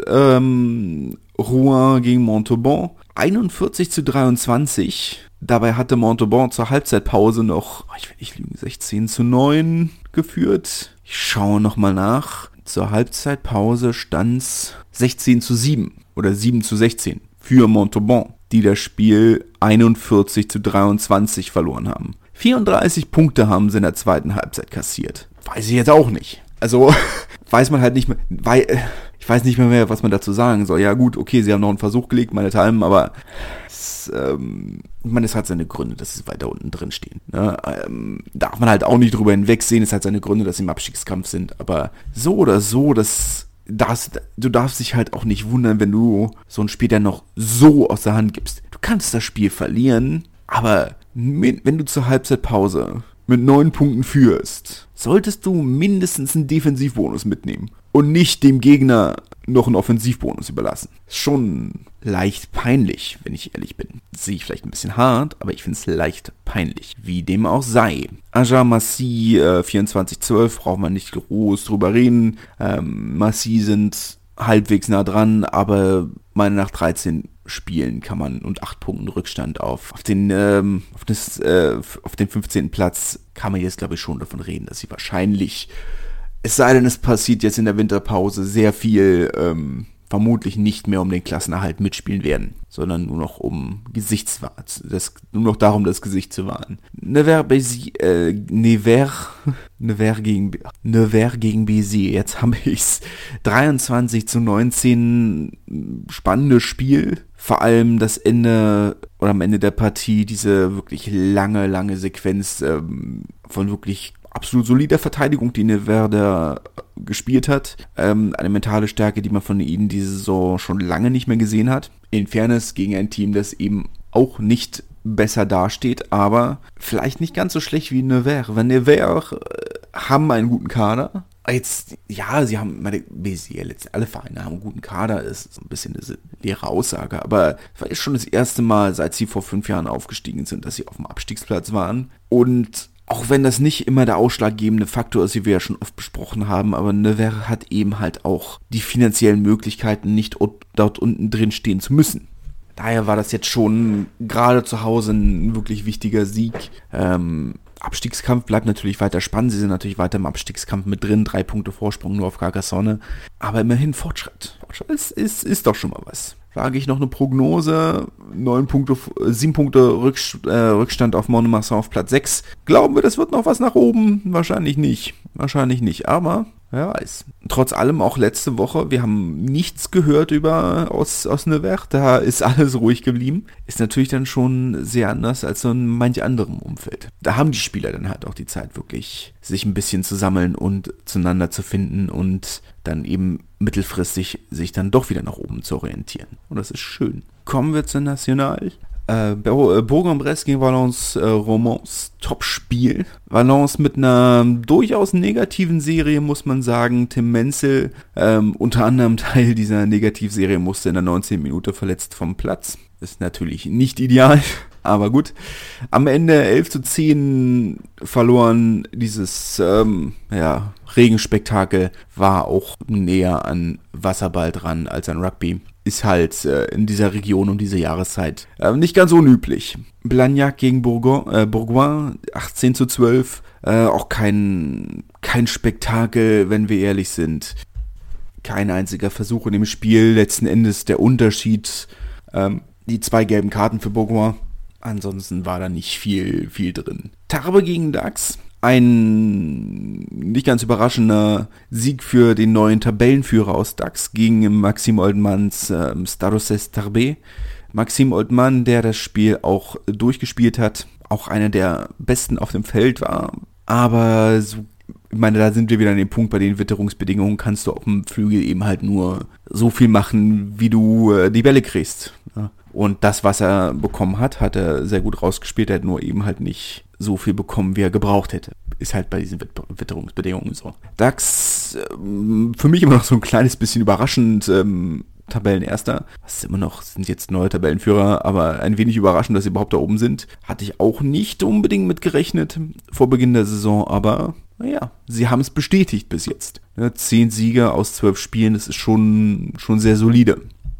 Ähm, Rouen gegen Montauban, einundvierzig zu dreiundzwanzig. Dabei hatte Montauban zur Halbzeitpause noch, ich will nicht lügen, sechzehn zu neun geführt. Ich schaue nochmal nach. Zur Halbzeitpause stand's sechzehn zu sieben oder sieben zu sechzehn für Montauban, die das Spiel einundvierzig zu dreiundzwanzig verloren haben. vierunddreißig Punkte haben sie in der zweiten Halbzeit kassiert. Weiß ich jetzt auch nicht. Also, weiß man halt nicht mehr, weil, ich weiß nicht mehr, mehr, was man dazu sagen soll. Ja gut, okay, sie haben noch einen Versuch gelegt, meinethalben, aber es, ähm, ich meine, es hat seine Gründe, dass sie weiter unten drin stehen. Ne? Ähm, darf man halt auch nicht drüber hinwegsehen, es hat seine Gründe, dass sie im Abstiegskampf sind. Aber so oder so, das, das, du darfst dich halt auch nicht wundern, wenn du so ein Spiel dann noch so aus der Hand gibst. Du kannst das Spiel verlieren, aber wenn du zur Halbzeitpause mit neun Punkten führst, solltest du mindestens einen Defensivbonus mitnehmen und nicht dem Gegner noch einen Offensivbonus überlassen. Ist schon leicht peinlich, wenn ich ehrlich bin. Das sehe ich vielleicht ein bisschen hart, aber ich finde es leicht peinlich. Wie dem auch sei. Aja Massy äh, vierundzwanzig zwölf, braucht man nicht groß drüber reden. Ähm, Massy sind halbwegs nah dran, aber meine nach dreizehn Spielen kann man und acht Punkten Rückstand auf auf den ähm, auf das äh, auf den fünfzehnten Platz kann man jetzt glaube ich schon davon reden, dass sie wahrscheinlich, es sei denn es passiert jetzt in der Winterpause sehr viel, ähm, vermutlich nicht mehr um den Klassenerhalt mitspielen werden, sondern nur noch um Gesichtswahr, das, nur noch darum, das Gesicht zu wahren. Nevers, äh, Nevers, Nevers gegen, Nevers gegen Béziers, jetzt habe ich's. dreiundzwanzig zu neunzehn, spannendes Spiel. Vor allem das Ende, oder am Ende der Partie, diese wirklich lange, lange Sequenz ähm, von wirklich absolut solider Verteidigung, die Nevers da gespielt hat. Ähm, eine mentale Stärke, die man von ihnen diese Saison schon lange nicht mehr gesehen hat. In Fairness gegen ein Team, das eben auch nicht besser dasteht, aber vielleicht nicht ganz so schlecht wie Nevers. Weil Nevers äh, haben einen guten Kader, Jetzt, ja, sie haben, meine, wie sie jetzt alle Vereine haben einen guten Kader, ist so ein bisschen eine leere Aussage, aber es war jetzt schon das erste Mal, seit sie vor fünf Jahren aufgestiegen sind, dass sie auf dem Abstiegsplatz waren. Und auch wenn das nicht immer der ausschlaggebende Faktor ist, wie wir ja schon oft besprochen haben, aber Nevers hat eben halt auch die finanziellen Möglichkeiten, nicht dort unten drin stehen zu müssen. Daher war das jetzt schon gerade zu Hause ein wirklich wichtiger Sieg. Ähm, Abstiegskampf bleibt natürlich weiter spannend. Sie sind natürlich weiter im Abstiegskampf mit drin. Drei Punkte Vorsprung nur auf Carcassonne. Aber immerhin Fortschritt. Fortschritt ist, ist, ist doch schon mal was. Sage ich noch eine Prognose. Neun Punkte, sieben Punkte Rückst- äh, Rückstand auf Mont-de-Marsan auf Platz sechs. Glauben wir, das wird noch was nach oben? Wahrscheinlich nicht. Wahrscheinlich nicht. Aber wer weiß. Trotz allem auch letzte Woche, wir haben nichts gehört über aus, aus Nevers, da ist alles ruhig geblieben. Ist natürlich dann schon sehr anders als so in manch anderem Umfeld. Da haben die Spieler dann halt auch die Zeit, wirklich sich ein bisschen zu sammeln und zueinander zu finden und dann eben mittelfristig sich dann doch wieder nach oben zu orientieren. Und das ist schön. Kommen wir zur National. Äh, Bourg-en-Bresse gegen Valence äh, Romans, Top-Spiel. Valence mit einer durchaus negativen Serie, muss man sagen. Tim Menzel, ähm, unter anderem Teil dieser Negativserie, musste in der neunzehnten Minute verletzt vom Platz. Ist natürlich nicht ideal, aber gut. Am Ende elf zu zehn verloren. Dieses ähm, ja, Regenspektakel war auch näher an Wasserball dran als an Rugby. Ist halt äh, in dieser Region um diese Jahreszeit äh, nicht ganz unüblich. Blagnac gegen Bourgoin, äh, Bourgoin achtzehn zu zwölf. Äh, auch kein, kein Spektakel, wenn wir ehrlich sind. Kein einziger Versuch in dem Spiel. Letzten Endes der Unterschied. Ähm, die zwei gelben Karten für Bourgoin. Ansonsten war da nicht viel, viel drin. Tarbes gegen Dax. Ein nicht ganz überraschender Sieg für den neuen Tabellenführer aus Dax gegen Maxime Oldmans äh, Stade Tarbes. Maxime Oldman, der das Spiel auch durchgespielt hat, auch einer der besten auf dem Feld war. Aber so, ich meine, da sind wir wieder an dem Punkt, bei den Witterungsbedingungen kannst du auf dem Flügel eben halt nur so viel machen, wie du äh, die Bälle kriegst. Ja. Und das, was er bekommen hat, hat er sehr gut rausgespielt. Er hat nur eben halt nicht so viel bekommen, wie er gebraucht hätte. Ist halt bei diesen Witterungsbedingungen so. Dax, ähm, für mich immer noch so ein kleines bisschen überraschend, ähm, Tabellenerster. Das ist immer noch, sind jetzt neue Tabellenführer, aber ein wenig überraschend, dass sie überhaupt da oben sind. Hatte ich auch nicht unbedingt mit gerechnet vor Beginn der Saison, aber naja, sie haben es bestätigt bis jetzt. Ja, zehn Siege aus zwölf Spielen, das ist schon, schon sehr solide.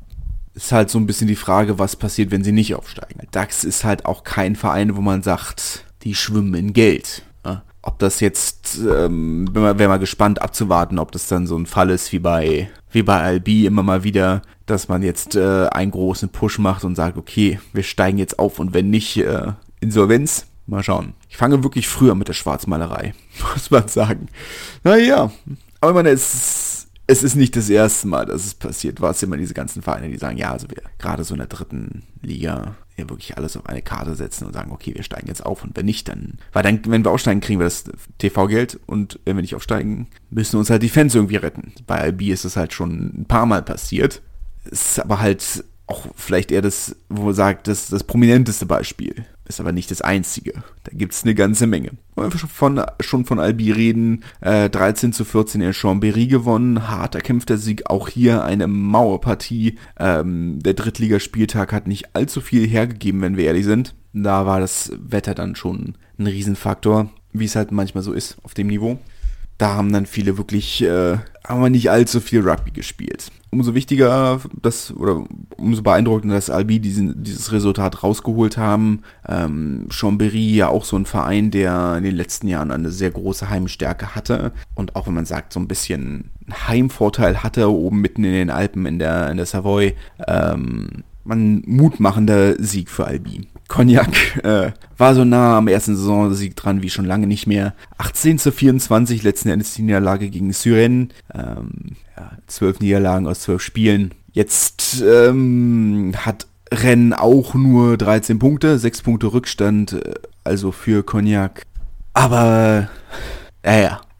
Ist halt so ein bisschen die Frage, was passiert, wenn sie nicht aufsteigen. Dax ist halt auch kein Verein, wo man sagt, die schwimmen in Geld. Ja, ob das jetzt, ähm, wäre mal gespannt abzuwarten, ob das dann so ein Fall ist wie bei wie bei Albi immer mal wieder, dass man jetzt äh, einen großen Push macht und sagt, okay, wir steigen jetzt auf und wenn nicht, äh, Insolvenz. Mal schauen. Ich fange wirklich früher mit der Schwarzmalerei, muss man sagen. Naja, aber ich meine, es ist, es ist nicht das erste Mal, dass es passiert. War es immer diese ganzen Vereine, die sagen, ja, also wir gerade so in der dritten Liga ja wirklich alles auf eine Karte setzen und sagen, okay, wir steigen jetzt auf und wenn nicht, dann, weil dann, wenn wir aufsteigen, kriegen wir das T V-Geld und wenn wir nicht aufsteigen, müssen uns halt die Fans irgendwie retten. Bei Albi ist das halt schon ein paar Mal passiert. Ist aber halt auch vielleicht eher das, wo man sagt, das, das prominenteste Beispiel. Ist aber nicht das einzige. Da gibt's eine ganze Menge. Wollen wir schon von, schon von Albi reden. Äh, dreizehn zu vierzehn in Chambéry gewonnen. Hart erkämpfter Sieg. Auch hier eine Mauerpartie. Ähm, der Drittligaspieltag hat nicht allzu viel hergegeben, wenn wir ehrlich sind. Da war das Wetter dann schon ein Riesenfaktor. Wie es halt manchmal so ist auf dem Niveau. Da haben dann viele wirklich, äh, aber nicht allzu viel Rugby gespielt. Umso wichtiger, dass, oder umso beeindruckender, dass Albi diesen, dieses Resultat rausgeholt haben. Ähm, Chambéry ja auch so ein Verein, der in den letzten Jahren eine sehr große Heimstärke hatte. Und auch wenn man sagt, so ein bisschen Heimvorteil hatte, oben mitten in den Alpen in der, in der Savoy. Ähm, ein mutmachender Sieg für Albi. Cognac äh, war so nah am ersten Saisonsieg dran wie schon lange nicht mehr. achtzehn zu vierundzwanzig, letzten Endes die Niederlage gegen Suresnes. Ähm, ja, zwölf Niederlagen aus zwölf Spielen. Jetzt ähm, hat Rennes auch nur dreizehn Punkte, sechs Punkte Rückstand, äh, also für Cognac. Aber, naja,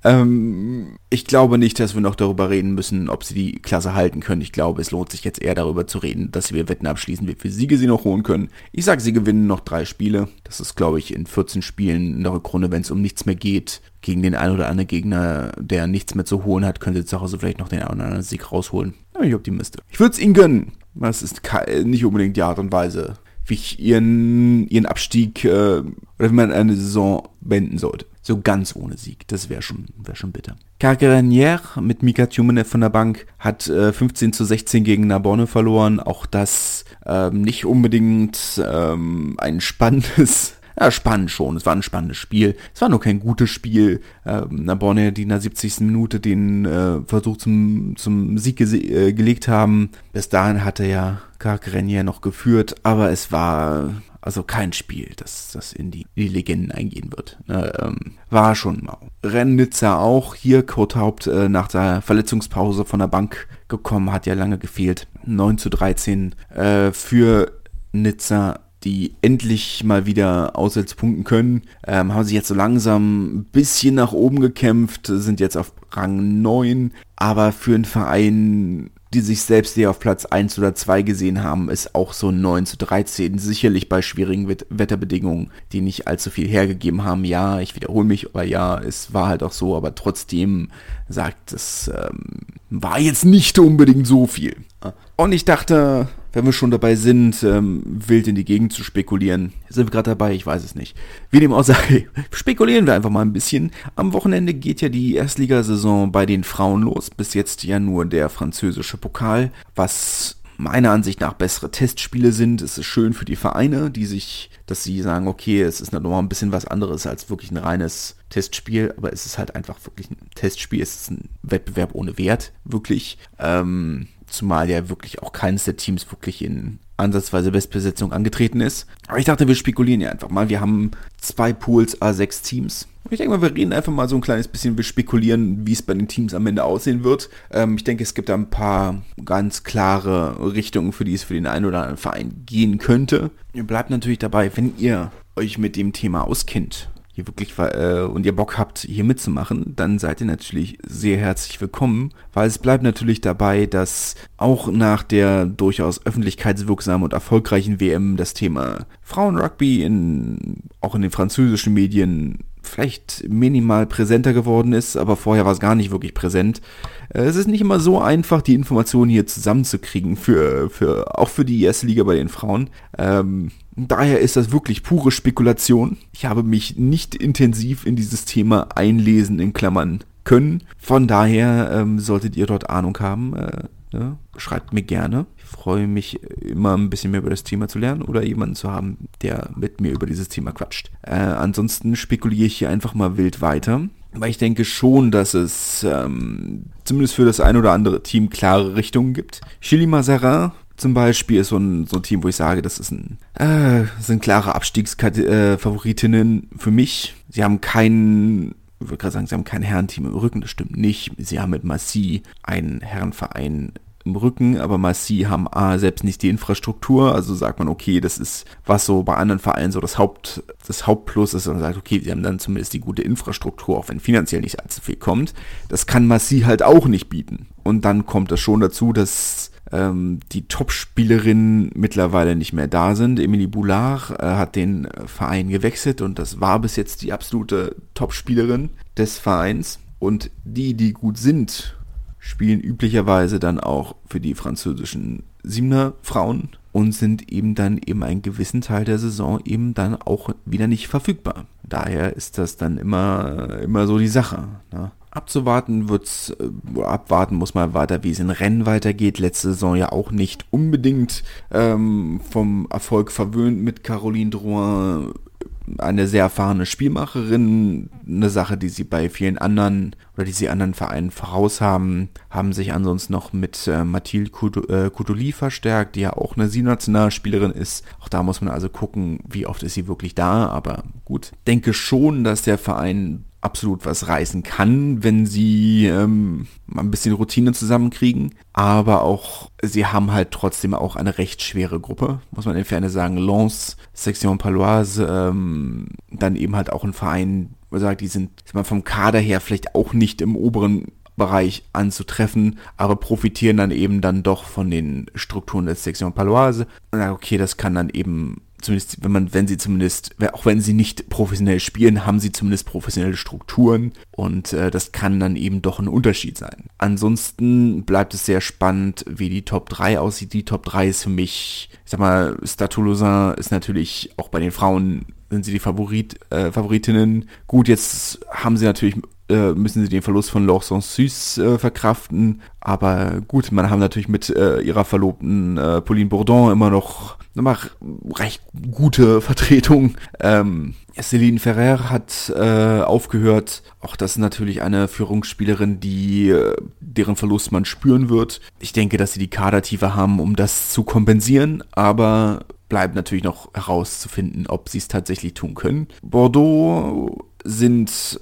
Ähm, ich glaube nicht, dass wir noch darüber reden müssen, ob sie die Klasse halten können. Ich glaube, es lohnt sich jetzt eher darüber zu reden, dass wir Wetten abschließen, wie viele Siege sie noch holen können. Ich sage, sie gewinnen noch drei Spiele. Das ist, glaube ich, in vierzehn Spielen in der Rückrunde, wenn es um nichts mehr geht. Gegen den einen oder anderen Gegner, der nichts mehr zu holen hat, können sie zu Hause vielleicht noch den einen oder anderen Sieg rausholen. Da bin ich optimistisch. Ich würde es ihnen gönnen. Das ist nicht unbedingt die Art und Weise, wie ich ihren, ihren Abstieg äh, oder wie man eine Saison beenden sollte. So ganz ohne Sieg, das wäre schon, wär schon bitter. Carcagnière mit Mika Tjumenev von der Bank hat äh, fünfzehn zu sechzehn gegen Narbonne verloren. Auch das ähm, nicht unbedingt ähm, ein spannendes... Ja, spannend schon. Es war ein spannendes Spiel. Es war nur kein gutes Spiel. Ähm, Narbonne, die in der siebzigsten Minute den äh, Versuch zum, zum Sieg gese- äh, gelegt haben. Bis dahin hatte ja Carcagnière noch geführt, aber es war also kein Spiel, das, das in die, die Legenden eingehen wird. Äh, ähm, war schon mau. Renn-Nizza auch. Hier Kurt Haupt äh, nach der Verletzungspause von der Bank gekommen, hat ja lange gefehlt. neun zu dreizehn äh, für Nizza, die endlich mal wieder auswärts punkten können, ähm, haben sich jetzt so langsam ein bisschen nach oben gekämpft, sind jetzt auf Rang neun, aber für einen Verein, die sich selbst eher auf Platz eins oder zwei gesehen haben, ist auch so neun zu dreizehn, sicherlich bei schwierigen Wet- Wetterbedingungen, die nicht allzu viel hergegeben haben. Ja, ich wiederhole mich, aber ja, es war halt auch so, aber trotzdem sagt, es ähm, war jetzt nicht unbedingt so viel. Und ich dachte, wenn wir schon dabei sind, ähm, wild in die Gegend zu spekulieren, sind wir gerade dabei, ich weiß es nicht. Wie dem auch sei, spekulieren wir einfach mal ein bisschen. Am Wochenende geht ja die Erstligasaison bei den Frauen los. Bis jetzt ja nur der französische Pokal, was meiner Ansicht nach bessere Testspiele sind. Es ist schön für die Vereine, die sich, dass sie sagen, okay, es ist nochmal ein bisschen was anderes als wirklich ein reines Testspiel, aber es ist halt einfach wirklich ein Testspiel, es ist ein Wettbewerb ohne Wert, wirklich. Ähm, zumal ja wirklich auch keines der Teams wirklich in ansatzweise Bestbesetzung angetreten ist. Aber ich dachte, wir spekulieren ja einfach mal. Wir haben zwei Pools, a sechs Teams. Ich denke mal, wir reden einfach mal so ein kleines bisschen, wir spekulieren, wie es bei den Teams am Ende aussehen wird. Ähm, ich denke, es gibt da ein paar ganz klare Richtungen, für die es für den einen oder anderen Verein gehen könnte. Ihr bleibt natürlich dabei, wenn ihr euch mit dem Thema auskennt, hier wirklich äh, und ihr Bock habt, hier mitzumachen, dann seid ihr natürlich sehr herzlich willkommen, weil es bleibt natürlich dabei, dass auch nach der durchaus öffentlichkeitswirksamen und erfolgreichen W M das Thema Frauenrugby in, auch in den französischen Medien vielleicht minimal präsenter geworden ist, aber vorher war es gar nicht wirklich präsent. Es ist nicht immer so einfach, die Informationen hier zusammenzukriegen, für, für, auch für die erste Liga bei den Frauen. Ähm, daher ist das wirklich pure Spekulation. Ich habe mich nicht intensiv in dieses Thema einlesen, in Klammern, können. Von daher ähm, solltet ihr dort Ahnung haben, äh, ja, schreibt mir gerne. Ich freue mich immer ein bisschen mehr über das Thema zu lernen oder jemanden zu haben, der mit mir über dieses Thema quatscht. Äh, ansonsten spekuliere ich hier einfach mal wild weiter, weil ich denke schon, dass es ähm, zumindest für das ein oder andere Team klare Richtungen gibt. Chili Mazarin zum Beispiel ist so ein, so ein Team, wo ich sage, das ist ein, äh, sind klare Abstiegsfavoritinnen äh, für mich. Sie haben keinen Ich würde gerade sagen, sie haben kein Herrenteam im Rücken, das stimmt nicht. Sie haben mit Massy einen Herrenverein im Rücken, aber Massy haben A, selbst nicht die Infrastruktur, also sagt man, okay, das ist, was so bei anderen Vereinen so das Haupt, das Hauptplus ist, und man sagt, okay, sie haben dann zumindest die gute Infrastruktur, auch wenn finanziell nicht allzu viel kommt. Das kann Massy halt auch nicht bieten. Und dann kommt es schon dazu, dass ähm, die Top-Spielerinnen mittlerweile nicht mehr da sind. Emilie Boulard äh, hat den Verein gewechselt und das war bis jetzt die absolute Top-Spielerin des Vereins. Und die, die gut sind, spielen üblicherweise dann auch für die französischen Siebener Frauen und sind eben dann eben einen gewissen Teil der Saison eben dann auch wieder nicht verfügbar. Daher ist das dann immer, immer so die Sache, ne? Abzuwarten wird's, äh, abwarten muss man weiter, wie es in Rennen weitergeht. Letzte Saison ja auch nicht unbedingt ähm, vom Erfolg verwöhnt mit Caroline Drouin, eine sehr erfahrene Spielmacherin, eine Sache, die sie bei vielen anderen oder die sie anderen Vereinen voraus haben, haben sich ansonsten noch mit äh, Mathilde Coudoli verstärkt, die ja auch eine Siebennationalspielerin ist. Auch da muss man also gucken, wie oft ist sie wirklich da, aber gut. Denke schon, dass der Verein absolut was reißen kann, wenn sie ähm, mal ein bisschen Routine zusammenkriegen. Aber auch, sie haben halt trotzdem auch eine recht schwere Gruppe, muss man in Ferne sagen. Lens, Section Paloise, ähm, dann eben halt auch ein Verein, wo man sagt, die sind vom Kader her vielleicht auch nicht im oberen Bereich anzutreffen, aber profitieren dann eben dann doch von den Strukturen des Section Paloise. Und dann, okay, das kann dann eben, zumindest wenn man, wenn sie zumindest, auch wenn sie nicht professionell spielen, haben sie zumindest professionelle Strukturen und äh, das kann dann eben doch ein Unterschied sein. Ansonsten bleibt es sehr spannend, wie die Top drei aussieht. Die Top drei ist für mich, ich sag mal, Stade Toulousain ist natürlich auch bei den Frauen, sind sie die Favorit, äh, Favoritinnen. Gut, jetzt haben sie natürlich müssen sie den Verlust von Laure Sansus äh, verkraften, aber gut, man haben natürlich mit äh, ihrer Verlobten äh, Pauline Bourdon immer noch immer recht gute Vertretung. Ähm, Céline Ferrer hat äh, aufgehört, auch das ist natürlich eine Führungsspielerin, die äh, deren Verlust man spüren wird. Ich denke, dass sie die Kadertiefe haben, um das zu kompensieren, aber bleibt natürlich noch herauszufinden, ob sie es tatsächlich tun können. Bordeaux sind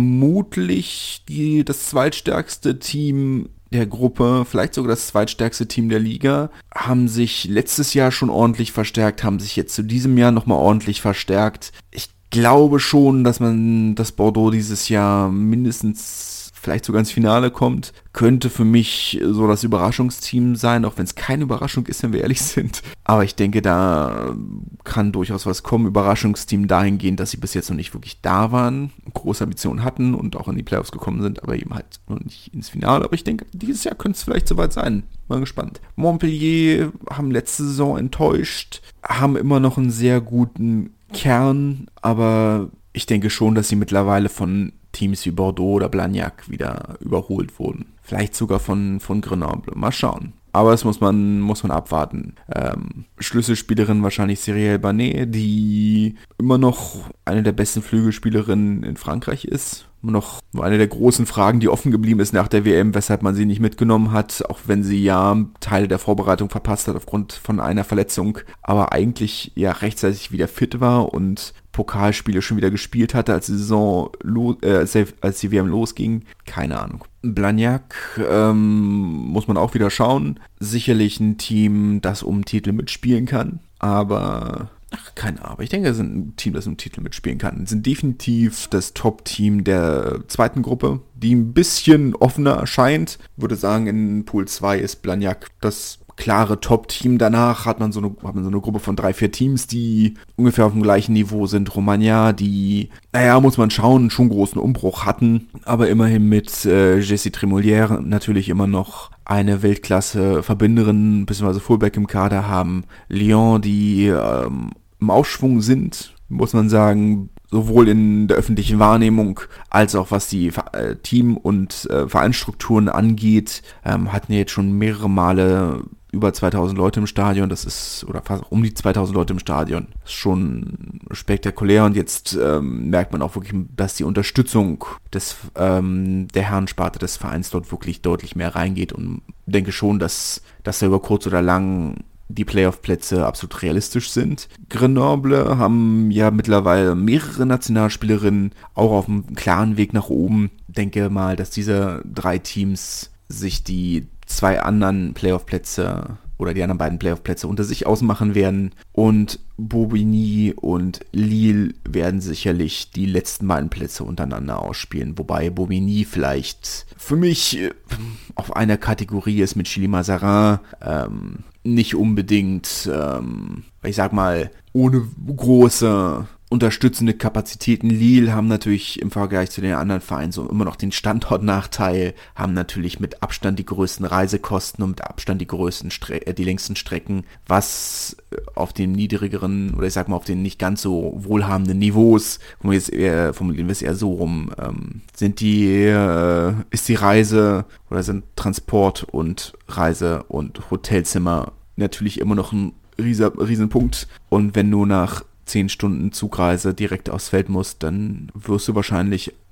vermutlich die, das zweitstärkste Team der Gruppe, vielleicht sogar das zweitstärkste Team der Liga, haben sich letztes Jahr schon ordentlich verstärkt, haben sich jetzt zu diesem Jahr nochmal ordentlich verstärkt. Ich glaube schon, dass man, dass Bordeaux dieses Jahr mindestens vielleicht sogar ins Finale kommt. Könnte für mich so das Überraschungsteam sein, auch wenn es keine Überraschung ist, wenn wir ehrlich sind. Aber ich denke, da kann durchaus was kommen. Überraschungsteam dahingehend, dass sie bis jetzt noch nicht wirklich da waren, große Ambitionen hatten und auch in die Playoffs gekommen sind, aber eben halt noch nicht ins Finale. Aber ich denke, dieses Jahr könnte es vielleicht soweit sein. Mal gespannt. Montpellier haben letzte Saison enttäuscht, haben immer noch einen sehr guten Kern, aber ich denke schon, dass sie mittlerweile von Teams wie Bordeaux oder Blagnac wieder überholt wurden. Vielleicht sogar von, von Grenoble. Mal schauen. Aber das muss man, muss man abwarten. Ähm, Schlüsselspielerin wahrscheinlich Cyrielle Banet, die immer noch eine der besten Flügelspielerinnen in Frankreich ist. Immer noch eine der großen Fragen, die offen geblieben ist nach der W M, weshalb man sie nicht mitgenommen hat, auch wenn sie ja Teile der Vorbereitung verpasst hat aufgrund von einer Verletzung, aber eigentlich ja rechtzeitig wieder fit war und Pokalspiele schon wieder gespielt hatte, als die Saison, lo- äh, als die W M losging. Keine Ahnung. Blagnac ähm, muss man auch wieder schauen. Sicherlich ein Team, das um Titel mitspielen kann, aber ach, keine Ahnung. Ich denke, es ist ein Team, das um Titel mitspielen kann. Es sind definitiv das Top-Team der zweiten Gruppe, die ein bisschen offener erscheint. Ich würde sagen, in Pool zwei ist Blagnac das klare Top-Team. Danach hat man so eine, hat man so eine Gruppe von drei, vier Teams, die ungefähr auf dem gleichen Niveau sind. Romagna, die, naja, muss man schauen, schon großen Umbruch hatten, aber immerhin mit äh, Jessie Tremolière natürlich immer noch eine Weltklasse-Verbinderin bzw. Fullback im Kader haben. Lyon, die ähm, im Aufschwung sind, muss man sagen, sowohl in der öffentlichen Wahrnehmung als auch was die äh, Team- und äh, Vereinsstrukturen angeht, ähm, hatten jetzt schon mehrere Male über zweitausend Leute im Stadion, das ist, oder fast um die zweitausend Leute im Stadion, das ist schon spektakulär und jetzt ähm, merkt man auch wirklich, dass die Unterstützung des ähm, der Herrensparte des Vereins dort wirklich deutlich mehr reingeht und denke schon, dass, dass da über kurz oder lang die Playoff-Plätze absolut realistisch sind. Grenoble haben ja mittlerweile mehrere Nationalspielerinnen, auch auf einem klaren Weg nach oben. Denke mal, dass diese drei Teams sich die zwei anderen Playoff-Plätze oder die anderen beiden Playoff-Plätze unter sich ausmachen werden. Und Bobigny und Lille werden sicherlich die letzten beiden Plätze untereinander ausspielen. Wobei Bobigny vielleicht für mich auf einer Kategorie ist mit Chili Mazarin. Ähm, nicht unbedingt, ähm, ich sag mal, ohne große unterstützende Kapazitäten. Lille haben natürlich im Vergleich zu den anderen Vereinen so immer noch den Standortnachteil, haben natürlich mit Abstand die größten Reisekosten und mit Abstand die größten Stre- äh, die längsten Strecken, was auf den niedrigeren oder ich sag mal auf den nicht ganz so wohlhabenden Niveaus, wo wir jetzt eher, formulieren wir es eher so rum, ähm, sind die, äh, ist die Reise oder sind Transport und Reise und Hotelzimmer natürlich immer noch ein riesen, riesen Punkt. Und wenn du nach zehn Stunden Zugreise direkt aufs Feld musst, dann wirst du wahrscheinlich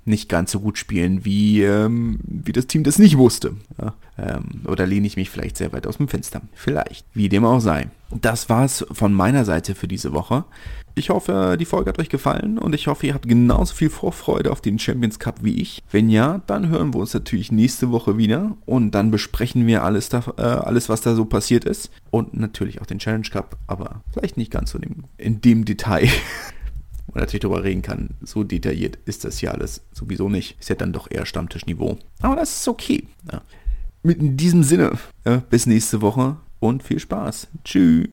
nicht ganz so gut spielen, wie, ähm, wie das Team das nicht wusste. Ja, ähm, oder lehne ich mich vielleicht sehr weit aus dem Fenster? Vielleicht. Wie dem auch sei. Das war's von meiner Seite für diese Woche. Ich hoffe, die Folge hat euch gefallen und ich hoffe, ihr habt genauso viel Vorfreude auf den Champions Cup wie ich. Wenn ja, dann hören wir uns natürlich nächste Woche wieder und dann besprechen wir alles, da, äh, alles was da so passiert ist und natürlich auch den Challenge Cup, aber vielleicht nicht ganz so in dem, in dem Detail. Man natürlich darüber reden kann, so detailliert ist das ja alles sowieso nicht. Ist ja dann doch eher Stammtischniveau. Aber das ist okay. Ja. Mit in diesem Sinne, ja, bis nächste Woche und viel Spaß. Tschüss.